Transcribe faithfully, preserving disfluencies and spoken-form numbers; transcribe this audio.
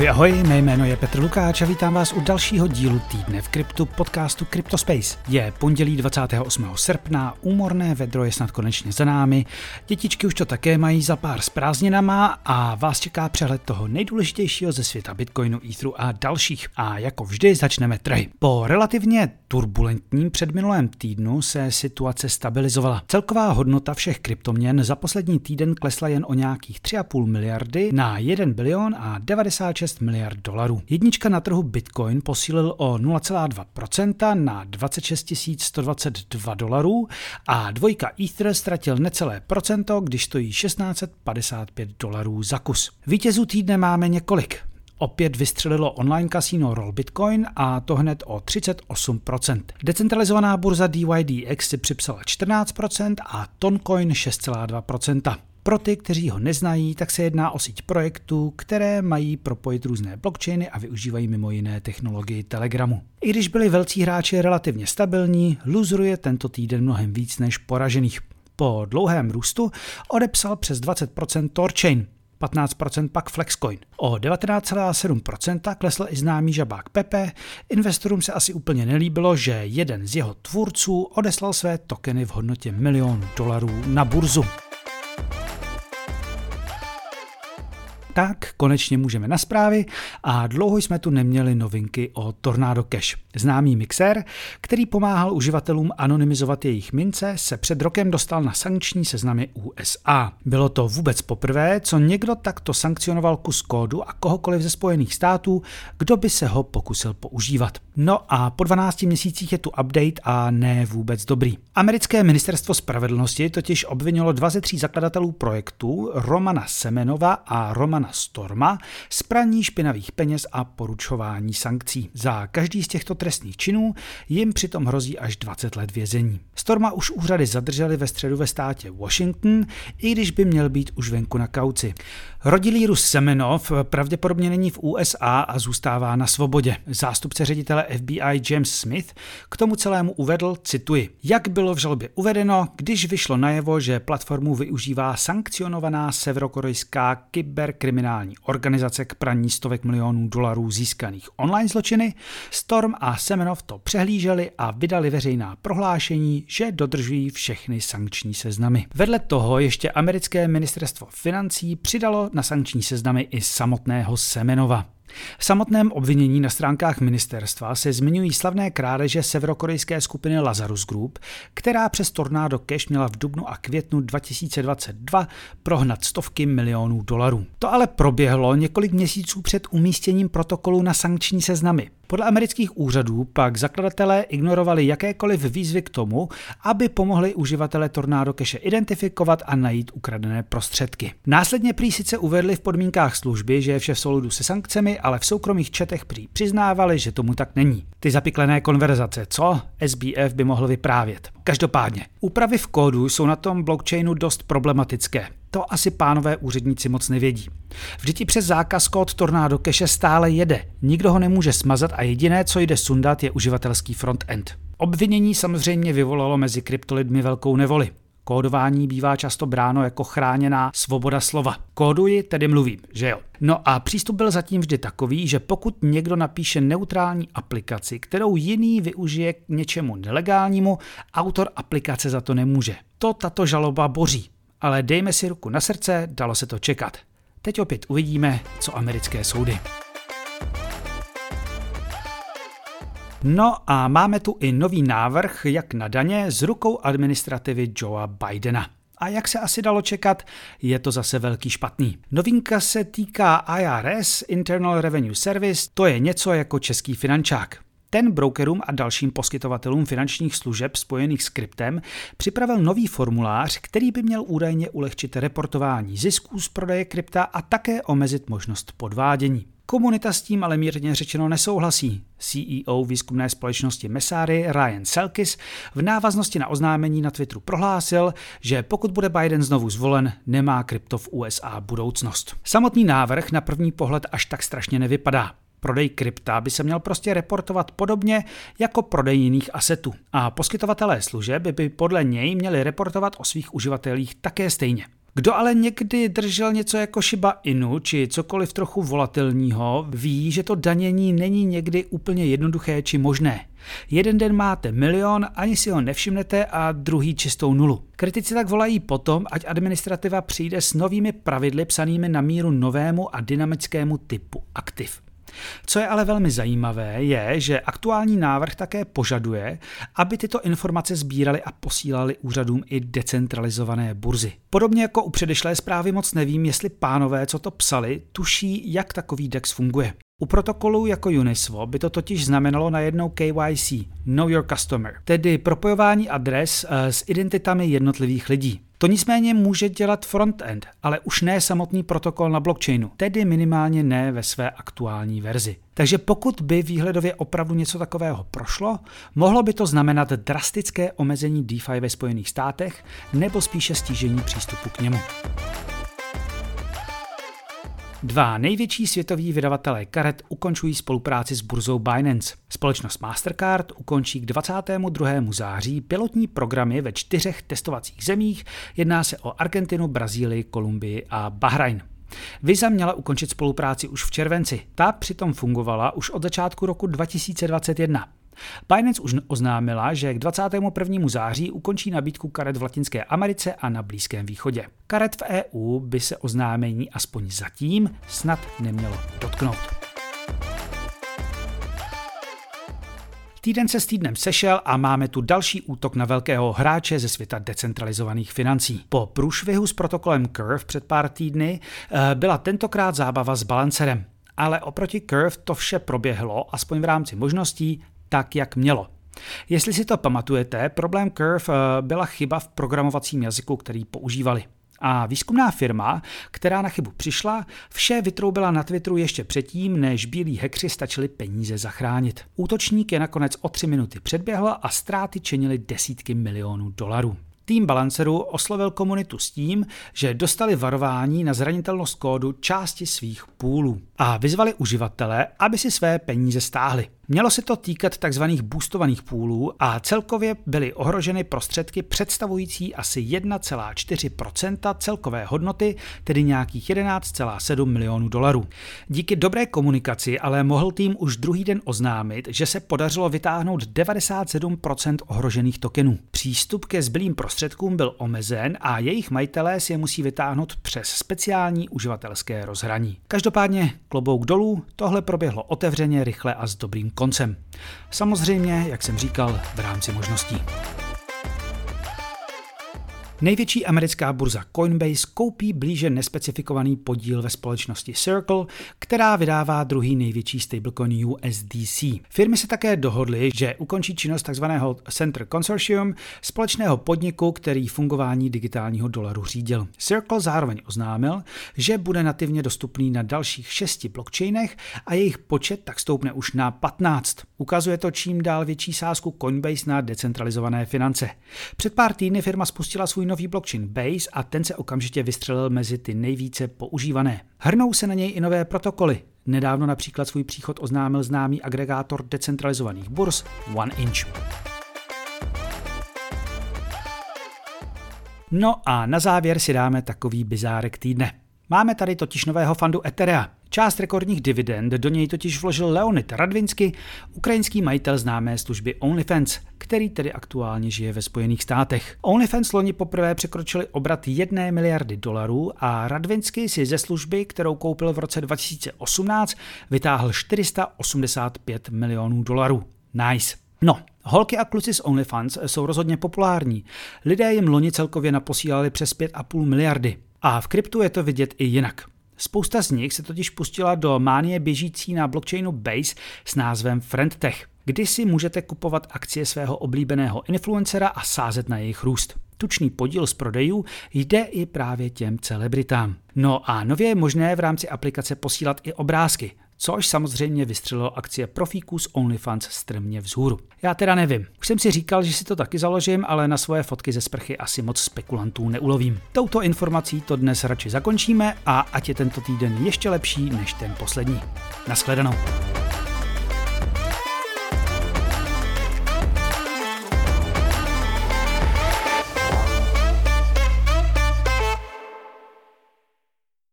Ahoj, ahoj, mé jméno je Petr Lukáč a vítám vás u dalšího dílu Týdne v kryptu podcastu CryptoSpace. Je pondělí dvacátého osmého srpna, úmorné vedro je snad konečně za námi, dětičky už to také mají za pár s prázdninama a vás čeká přehled toho nejdůležitějšího ze světa Bitcoinu, Etheru a dalších. A jako vždy začneme trhy. Po relativně turbulentním předminulém týdnu se situace stabilizovala. Celková hodnota všech kryptoměn za poslední týden klesla jen o nějakých tři a půl miliardy na jeden bilion a devadesát šest miliard dolarů. Jednička na trhu Bitcoin posílil o nula celá dva procenta na dvacet šest tisíc sto dvacet dva dolarů a dvojka Ether ztratil necelé procento, když stojí šestnáct set padesát pět dolarů za kus. Vítězů týdne máme několik. Opět vystřelilo online kasino Roll Bitcoin a to hned o třicet osm procent. Decentralizovaná burza D Y D X si připsala čtrnáct procent a Toncoin šest celá dva procenta. Pro ty, kteří ho neznají, tak se jedná o síť projektů, které mají propojit různé blockchainy a využívají mimo jiné technologii Telegramu. I když byli velcí hráči relativně stabilní, luzruje tento týden mnohem víc než poražených. Po dlouhém růstu odepsal přes dvacet procent Torchain, patnáct procent pak Flexcoin. O devatenáct celá sedm procenta klesl i známý žabák Pepe. Investorům se asi úplně nelíbilo, že jeden z jeho tvůrců odeslal své tokeny v hodnotě milionu dolarů na burzu. Tak, konečně můžeme na zprávy a dlouho jsme tu neměli novinky o Tornado Cash. Známý mixér, který pomáhal uživatelům anonymizovat jejich mince, se před rokem dostal na sankční seznamy U S A. Bylo to vůbec poprvé, co někdo takto sankcionoval kus kódu a kohokoliv ze Spojených států, kdo by se ho pokusil používat. No a po dvanácti měsících je tu update a ne vůbec dobrý. Americké ministerstvo spravedlnosti totiž obvinilo dva ze tří zakladatelů projektu, Romana Semenova a Romana Storma, z praní špinavých peněz a porušování sankcí. Za každý z těchto trestných činů jim přitom hrozí až dvacet let vězení. Storma už úřady zadrželi ve středu ve státě Washington, i když by měl být už venku na kauci. Rodilý Rus Semenov pravděpodobně není v U S A a zůstává na svobodě. Zástupce ředitele F B I James Smith k tomu celému uvedl, cituji, jak bylo v žalobě uvedeno, když vyšlo najevo, že platformu využívá sankcionovaná severokorejská kyberkriminální organizace k praní stovek milionů dolarů získaných online zločiny, Storm a Semenov to přehlíželi a vydali veřejná prohlášení, že dodržují všechny sankční seznamy. Vedle toho ještě americké ministerstvo financí přidalo na sankční seznamy i samotného Semenova. V samotném obvinění na stránkách ministerstva se zmiňují slavné krádeže severokorejské skupiny Lazarus Group, která přes Tornado Cash měla v dubnu a květnu dva tisíce dvacet dva prohnat stovky milionů dolarů. To ale proběhlo několik měsíců před umístěním protokolu na sankční seznamy. Podle amerických úřadů pak zakladatelé ignorovali jakékoliv výzvy k tomu, aby pomohli uživatele Tornado Cache identifikovat a najít ukradené prostředky. Následně prý sice uvedli v podmínkách služby, že je vše v souladu se sankcemi, ale v soukromých chatech prý přiznávali, že tomu tak není. Ty zapiklené konverzace, co? S B F by mohl vyprávět. Každopádně, úpravy v kódu jsou na tom blockchainu dost problematické. To asi pánové úředníci moc nevědí. Vždyť i přes zákaz kód Tornado Cache stále jede. Nikdo ho nemůže smazat a jediné, co jde sundat, je uživatelský frontend. Obvinění samozřejmě vyvolalo mezi kryptolidmi velkou nevoli. Kódování bývá často bráno jako chráněná svoboda slova. Kóduji, tedy mluvím, že jo? No a přístup byl zatím vždy takový, že pokud někdo napíše neutrální aplikaci, kterou jiný využije k něčemu nelegálnímu, autor aplikace za to nemůže. To tato žaloba boří. Ale dejme si ruku na srdce, dalo se to čekat. Teď opět uvidíme, co americké soudy. No a máme tu i nový návrh, jak na daně z rukou administrativy Joea Bidena. A jak se asi dalo čekat, je to zase velký špatný. Novinka se týká I R S, Internal Revenue Service, to je něco jako český finančák. Ten brokerům a dalším poskytovatelům finančních služeb spojených s kryptem připravil nový formulář, který by měl údajně ulehčit reportování zisků z prodeje krypta a také omezit možnost podvádění. Komunita s tím ale mírně řečeno nesouhlasí. C E O výzkumné společnosti Messari Ryan Selkis v návaznosti na oznámení na Twitteru prohlásil, že pokud bude Biden znovu zvolen, nemá krypto v U S A budoucnost. Samotný návrh na první pohled až tak strašně nevypadá. Prodej krypta by se měl prostě reportovat podobně jako prodej jiných asetů. A poskytovatelé služeb by podle něj měli reportovat o svých uživatelích také stejně. Kdo ale někdy držel něco jako Shiba Inu či cokoliv trochu volatilního, ví, že to danění není někdy úplně jednoduché či možné. Jeden den máte milion, ani si ho nevšimnete a druhý čistou nulu. Kritici tak volají potom, ať administrativa přijde s novými pravidly psanými na míru novému a dynamickému typu aktiv. Co je ale velmi zajímavé, je, že aktuální návrh také požaduje, aby tyto informace sbírali a posílali úřadům i decentralizované burzy. Podobně jako u předešlé zprávy moc nevím, jestli pánové, co to psali, tuší, jak takový D E X funguje. U protokolů jako Uniswap by to totiž znamenalo najednou K Y C, Know Your Customer, tedy propojování adres s identitami jednotlivých lidí. To nicméně může dělat frontend, ale už ne samotný protokol na blockchainu, tedy minimálně ne ve své aktuální verzi. Takže pokud by výhledově opravdu něco takového prošlo, mohlo by to znamenat drastické omezení DeFi ve Spojených státech nebo spíše stížení přístupu k němu. Dva největší světoví vydavatelé karet ukončují spolupráci s burzou Binance. Společnost Mastercard ukončí k dvacátému druhému září pilotní programy ve čtyřech testovacích zemích, jedná se o Argentinu, Brazílii, Kolumbii a Bahrajn. Visa měla ukončit spolupráci už v červenci, ta přitom fungovala už od začátku roku dva tisíce dvacet jedna. Binance už oznámila, že k dvacátému prvnímu září ukončí nabídku karet v Latinské Americe a na Blízkém východě. Karet v E U by se oznámení aspoň zatím snad nemělo dotknout. Týden se s týdnem sešel a máme tu další útok na velkého hráče ze světa decentralizovaných financí. Po průšvihu s protokolem Curve před pár týdny byla tentokrát zábava s balancerem. Ale oproti Curve to vše proběhlo, aspoň v rámci možností, tak, jak mělo. Jestli si to pamatujete, problém Curve byla chyba v programovacím jazyku, který používali. A výzkumná firma, která na chybu přišla, vše vytroubila na Twitteru ještě předtím, než bílí hackři stačili peníze zachránit. Útočník je nakonec o tři minuty předběhl a ztráty činily desítky milionů dolarů. Tým Balanceru oslovil komunitu s tím, že dostali varování na zranitelnost kódu části svých půlů a vyzvali uživatele, aby si své peníze stáhli. Mělo se to týkat tzv. Boostovaných půlů a celkově byly ohroženy prostředky představující asi jedna celá čtyři procenta celkové hodnoty, tedy nějakých jedenáct celá sedm milionů dolarů. Díky dobré komunikaci ale mohl tým už druhý den oznámit, že se podařilo vytáhnout devadesát sedm procent ohrožených tokenů. Přístup ke zbylým prostředkům byl omezen a jejich majitelé si je musí vytáhnout přes speciální uživatelské rozhraní. Každopádně klobouk dolů, tohle proběhlo otevřeně, rychle a s dobrým koncem. Samozřejmě, jak jsem říkal, v rámci možností. Největší americká burza Coinbase koupí blíže nespecifikovaný podíl ve společnosti Circle, která vydává druhý největší stablecoin U S D C. Firmy se také dohodly, že ukončí činnost tzv. Centre Consortium, společného podniku, který fungování digitálního dolaru řídil. Circle zároveň oznámil, že bude nativně dostupný na dalších šesti blockchainech a jejich počet tak stoupne už na patnáct. Ukazuje to čím dál větší sázku Coinbase na decentralizované finance. Před pár týdny firma spustila svůj nový blockchain Base a ten se okamžitě vystřelil mezi ty nejvíce používané. Hrnou se na něj i nové protokoly. Nedávno například svůj příchod oznámil známý agregátor decentralizovaných burz OneInch. No a na závěr si dáme takový bizárek týdne. Máme tady totiž nového fundu Etherea. Část rekordních dividend do něj totiž vložil Leonid Radvinsky, ukrajinský majitel známé služby OnlyFans, který tedy aktuálně žije ve Spojených státech. OnlyFans loni poprvé překročili obrat jedné miliardy dolarů a Radvinsky si ze služby, kterou koupil v roce dva tisíce osmnáct, vytáhl čtyři sta osmdesát pět milionů dolarů. Nice. No, holky a kluci z OnlyFans jsou rozhodně populární. Lidé jim loni celkově naposílali přes pět a půl miliardy. A v kryptu je to vidět i jinak. Spousta z nich se totiž pustila do mánie běžící na blockchainu Base s názvem FriendTech, kdy si můžete kupovat akcie svého oblíbeného influencera a sázet na jejich růst. Tučný podíl z prodejů jde i právě těm celebritám. No a nově je možné v rámci aplikace posílat i obrázky, což samozřejmě vystřelilo akcie profíků z OnlyFans strmě vzhůru. Já teda nevím. Už jsem si říkal, že si to taky založím, ale na svoje fotky ze sprchy asi moc spekulantů neulovím. Touto informací to dnes radši zakončíme a ať je tento týden ještě lepší než ten poslední. Naschledanou.